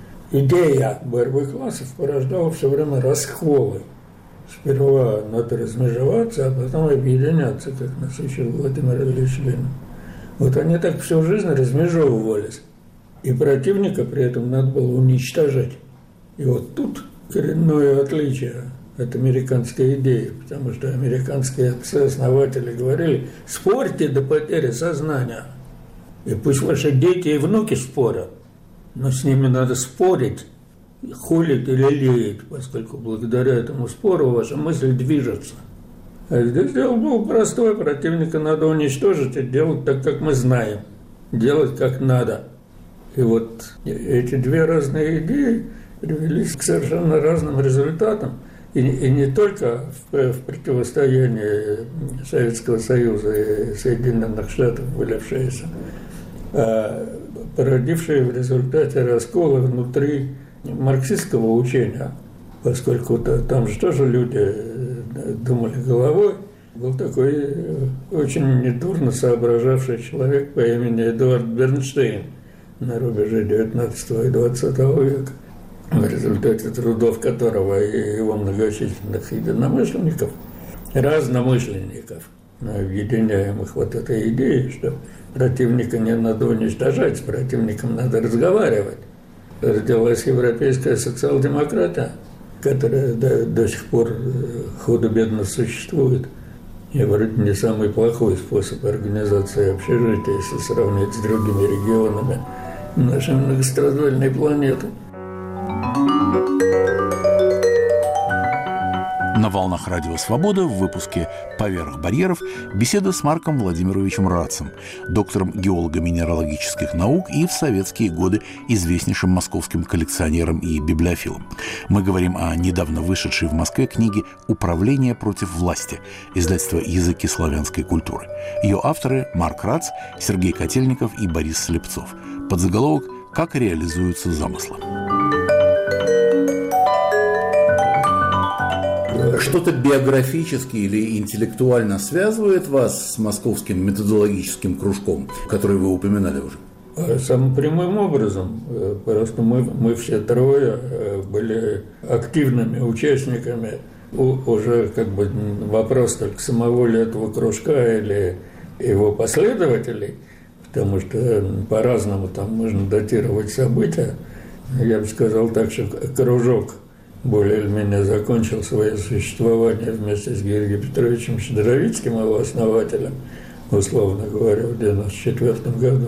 идея борьбы классов порождала все время расколы. Сперва надо размежеваться, а потом объединяться, как нас учил Владимир Ильич Ленин. Вот они так всю жизнь размежевывались, и противника при этом надо было уничтожать. И вот тут коренное отличие от американской идеи, потому что американские отцы-основатели говорили: спорьте до потери сознания, и пусть ваши дети и внуки спорят, но с ними надо спорить, холить или леять, поскольку благодаря этому спору ваша мысль движется. А здесь дело было простое: противника надо уничтожить и делать так, как мы знаем, делать как надо. И вот эти две разные идеи привели к совершенно разным результатам. И не только в противостоянии Советского Союза и Соединенных Штатов, вылившиеся, а породившие в результате раскола внутри марксистского учения, поскольку там же тоже люди думали головой. Был такой очень недурно соображавший человек по имени Эдуард Бернштейн на рубеже 19 и 20 века, в результате трудов которого и его многочисленных единомышленников, разномышленников, объединяемых вот этой идеей, что противника не надо уничтожать, с противником надо разговаривать. Родилась европейская социал-демократия, которая до сих пор худо-бедно существует. И вроде не самый плохой способ организации общежития, если сравнить с другими регионами нашей многострадальной планеты. На волнах Радио Свобода в выпуске «Поверх барьеров» беседа с Марком Владимировичем Рацем, доктором геолого-минералогических наук и в советские годы известнейшим московским коллекционером и библиофилом. Мы говорим о недавно вышедшей в Москве книге «Управление против власти», издательство «Языки славянской культуры». Ее авторы Марк Рац, Сергей Котельников и Борис Слепцов. Подзаголовок «Как реализуются замыслы». Что-то биографически или интеллектуально связывает вас с московским методологическим кружком, который вы упоминали уже? Самым прямым образом. Просто мы все трое были активными участниками. Уже как бы вопрос только самого ли этого кружка или его последователей. В потому что по-разному там можно датировать события. Я бы сказал так, что кружок более или менее закончил свое существование вместе с Георгием Петровичем Щедровицким, его основателем, условно говоря, в 1994 году.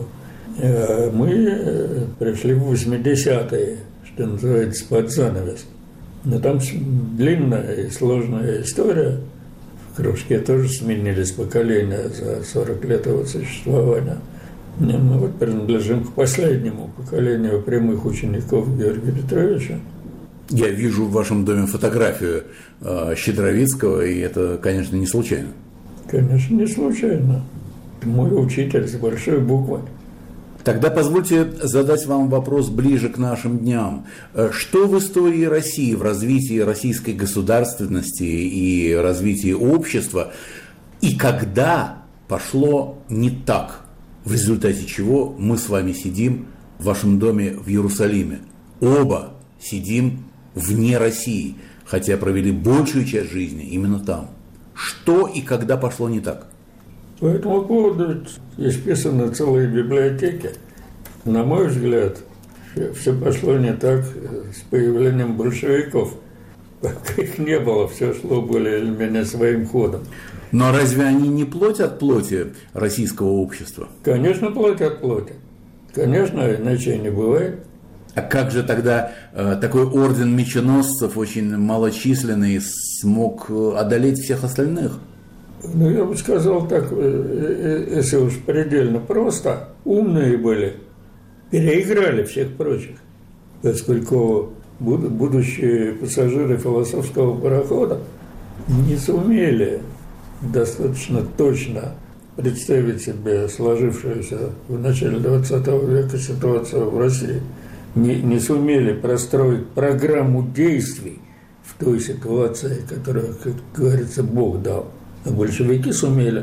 Мы пришли в 80-е, что называется, под занавес. Но там длинная и сложная история. В кружке тоже сменились поколения за 40 лет его существования. Мы вот принадлежим к последнему поколению прямых учеников Георгия Петровича. Я вижу в вашем доме фотографию Щедровицкого, и это, конечно, не случайно. Конечно, не случайно. Мой учитель с большой буквы. Тогда позвольте задать вам вопрос ближе к нашим дням. Что в истории России, в развитии российской государственности и развитии общества, и когда пошло не так, в результате чего мы с вами сидим в вашем доме в Иерусалиме? Оба сидим вне России, хотя провели большую часть жизни именно там. Что и когда пошло не так? По этому поводу исписаны целые библиотеки. На мой взгляд, все пошло не так с появлением большевиков. Пока их не было, все шло более или менее своим ходом. Но разве они не плоть от плоти российского общества? Конечно, плоть от плоти. Конечно, иначе не бывает. А как же тогда такой орден меченосцев, очень малочисленный, смог одолеть всех остальных? Ну, я бы сказал так, если уж предельно просто, умные были, переиграли всех прочих, поскольку будущие пассажиры философского парохода не сумели достаточно точно представить себе сложившуюся в начале 20 века ситуацию в России, не сумели простроить программу действий в той ситуации, которую, как говорится, Бог дал. А большевики сумели.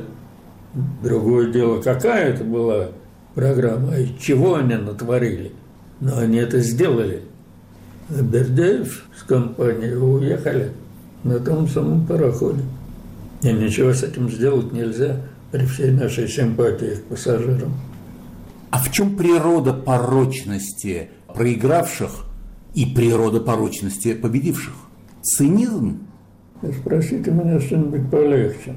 Другое дело, какая это была программа, и чего они натворили. Но они это сделали. А Бердяев с компанией уехали на том самом пароходе. И ничего с этим сделать нельзя при всей нашей симпатии к пассажирам. А в чем природа порочности проигравших и природа порочности победивших? Цинизм? Спросите меня что-нибудь полегче.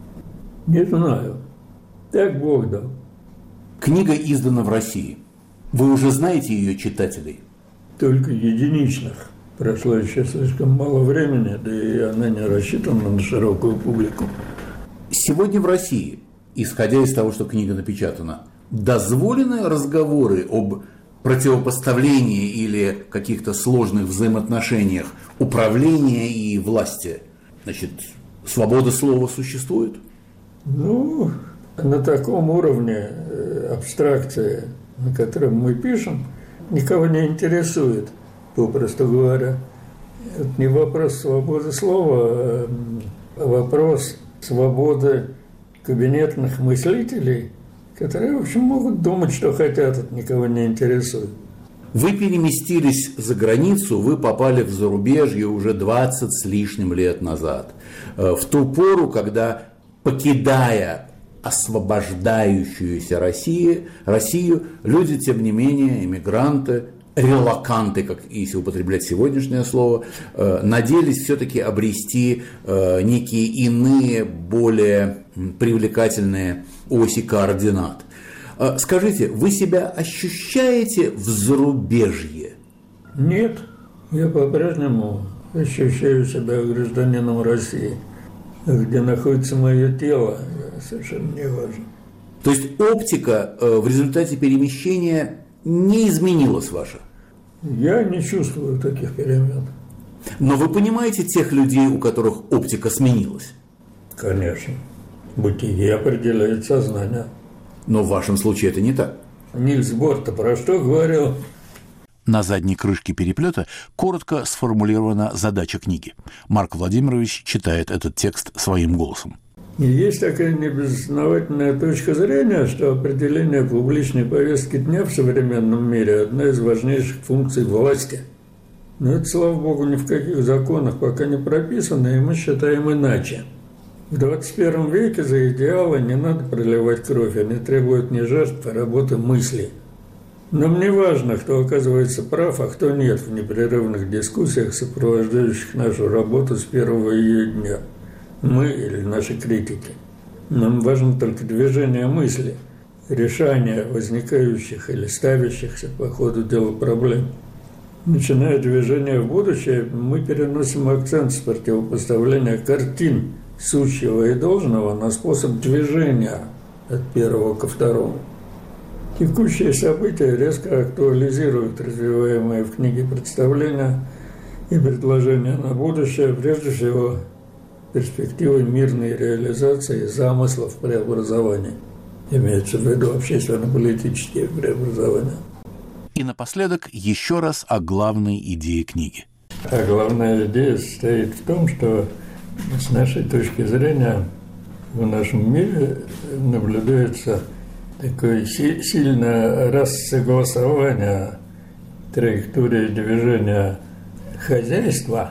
Не знаю. Так Бог дал. Книга издана в России. Вы уже знаете ее читателей? Только единичных. Прошло еще слишком мало времени, да и она не рассчитана на широкую публику. Сегодня в России, исходя из того, что книга напечатана, дозволены разговоры об противопоставлении или каких-то сложных взаимоотношениях управления и власти? Значит, свобода слова существует? Ну, на таком уровне абстракции, на котором мы пишем, никого не интересует, попросту говоря. Это не вопрос свободы слова, а вопрос свободы кабинетных мыслителей, которые, в общем, могут думать, что хотят, это никого не интересует. Вы переместились за границу, вы попали в зарубежье уже 20 с лишним лет назад. В ту пору, когда, покидая освобождающуюся Россию, люди, тем не менее, эмигранты, релоканты, как если употреблять сегодняшнее слово, надеялись все-таки обрести некие иные, более привлекательные оси координат. Скажите, вы себя ощущаете в зарубежье? Нет, я по-прежнему ощущаю себя гражданином России. Где находится мое тело, совершенно не важно. То есть оптика в результате перемещения не изменилась ваша? Я не чувствую таких перемен. Но вы понимаете тех людей, у которых оптика сменилась? Конечно. Бытие определяет сознание. Но в вашем случае это не так. Нильс Борт про что говорил? На задней крышке переплета коротко сформулирована задача книги. Марк Владимирович читает этот текст своим голосом. И есть такая небезосновательная точка зрения, что определение публичной повестки дня в современном мире – одна из важнейших функций власти. Но это, слава богу, ни в каких законах пока не прописано, и мы считаем иначе. В 21 веке за идеалы не надо проливать кровь, они требуют не жертв, а работы мыслей. Нам не важно, кто оказывается прав, а кто нет в непрерывных дискуссиях, сопровождающих нашу работу с первого ее дня. Мы или наши критики. Нам важно только движение мысли, решение возникающих или ставящихся по ходу дела проблем. Начиная движение в будущее, мы переносим акцент с противопоставления картин сущего и должного на способ движения от первого ко второму. Текущие события резко актуализируют развиваемые в книге представления и предложения на будущее, прежде всего перспективы мирной реализации замыслов преобразований. Имеется в виду общественно-политические преобразования. И напоследок еще раз о главной идее книги. А главная идея состоит в том, что с нашей точки зрения в нашем мире наблюдается такое сильное рассогласование траектории движения хозяйства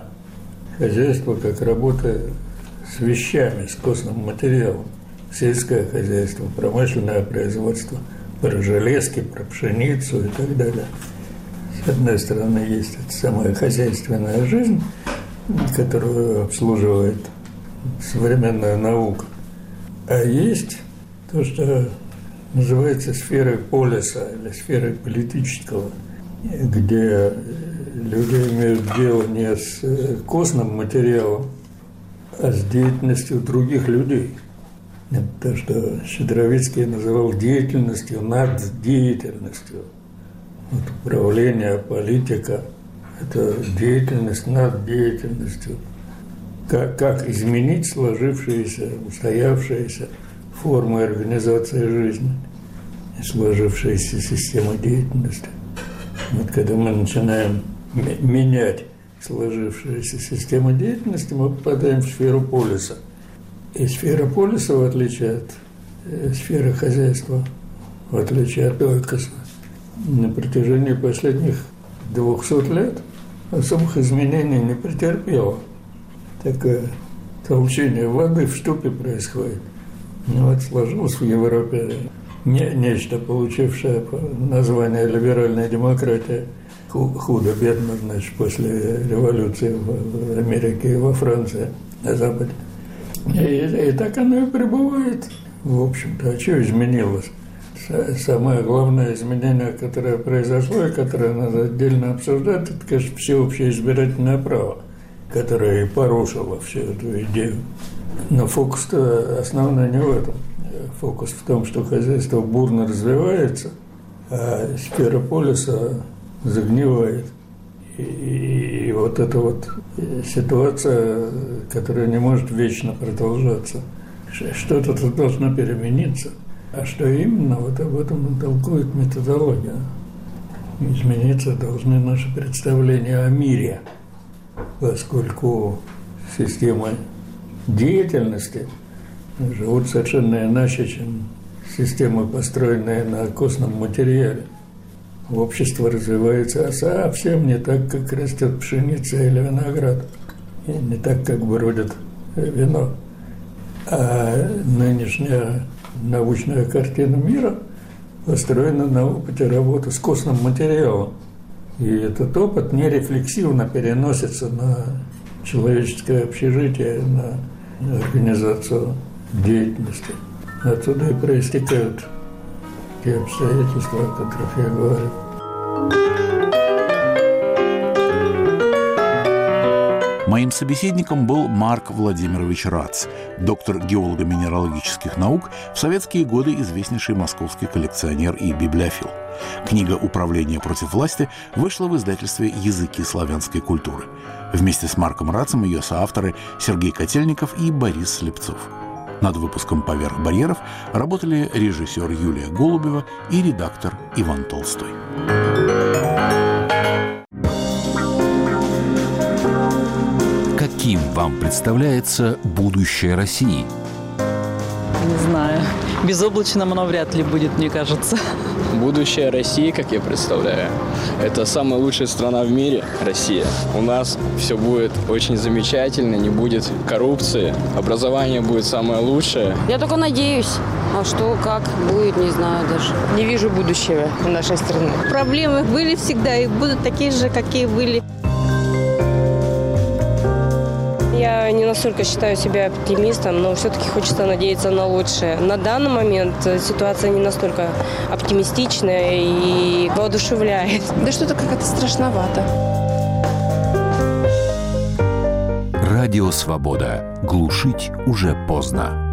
как работа с вещами, с костным материалом, сельское хозяйство, промышленное производство, про железки, про пшеницу и так далее. С одной стороны, есть эта самая хозяйственная жизнь, которую обслуживает современная наука, а есть то, что называется сферой полиса или сферой политического, где люди имеют дело не с костным материалом, а с деятельностью других людей. Это то, что Щедровицкий называл деятельностью над деятельностью. Вот управление, политика – это деятельность над деятельностью. Как изменить сложившиеся, устоявшиеся формы организации жизни и сложившиеся системы деятельности. Вот когда мы начинаем менять сложившиеся системы деятельности, мы попадаем в сферу полиса. И сфера полиса, в отличие от сферы хозяйства, в отличие от ойкоса, на протяжении последних 200 лет особых изменений не претерпела. Такое толчение воды в штупе происходит. Ну, вот сложилось в Европе нечто, получившее название либеральная демократия, худо-бедно, значит, после революции в Америке и во Франции, на Западе. И так оно и пребывает, в общем-то. А что изменилось? Самое главное изменение, которое произошло и которое надо отдельно обсуждать, это, конечно, всеобщее избирательное право, которое и порушило всю эту идею. Но фокус-то основной не в этом. Фокус в том, что хозяйство бурно развивается, а сфера полиса загнивает. И вот эта вот ситуация, которая не может вечно продолжаться. Что-то тут должно перемениться. А что именно, вот об этом толкует методология. Измениться должны наши представления о мире, поскольку системы деятельности живут совершенно иначе, чем системы, построенные на костном материале. Общество развивается совсем не так, как растет пшеница или виноград, и не так, как бродит вино. А нынешняя научная картина мира построена на опыте работы с костным материалом. И этот опыт нерефлексивно переносится на человеческое общежитие, на организацию деятельности. Отсюда и проистекают те обстоятельства, о которых я говорю. Моим собеседником был Марк Владимирович Рац, доктор геолого-минералогических наук, в советские годы известнейший московский коллекционер и библиофил. Книга «Управление против власти» вышла в издательстве «Языки славянской культуры». Вместе с Марком Рацем ее соавторы Сергей Котельников и Борис Слепцов. Над выпуском «Поверх барьеров» работали режиссер Юлия Голубева и редактор Иван Толстой. Каким вам представляется будущее России? Не знаю. Безоблачным оно вряд ли будет, мне кажется. Будущее России, как я представляю, это самая лучшая страна в мире, Россия. У нас все будет очень замечательно, не будет коррупции, образование будет самое лучшее. Я только надеюсь. А что, как будет, не знаю даже. Не вижу будущего в нашей стране. Проблемы были всегда и будут такие же, какие были. Я не настолько считаю себя оптимистом, но все-таки хочется надеяться на лучшее. На данный момент ситуация не настолько оптимистичная и воодушевляет. Да что-то как-то страшновато. Радио «Свобода». Глушить уже поздно.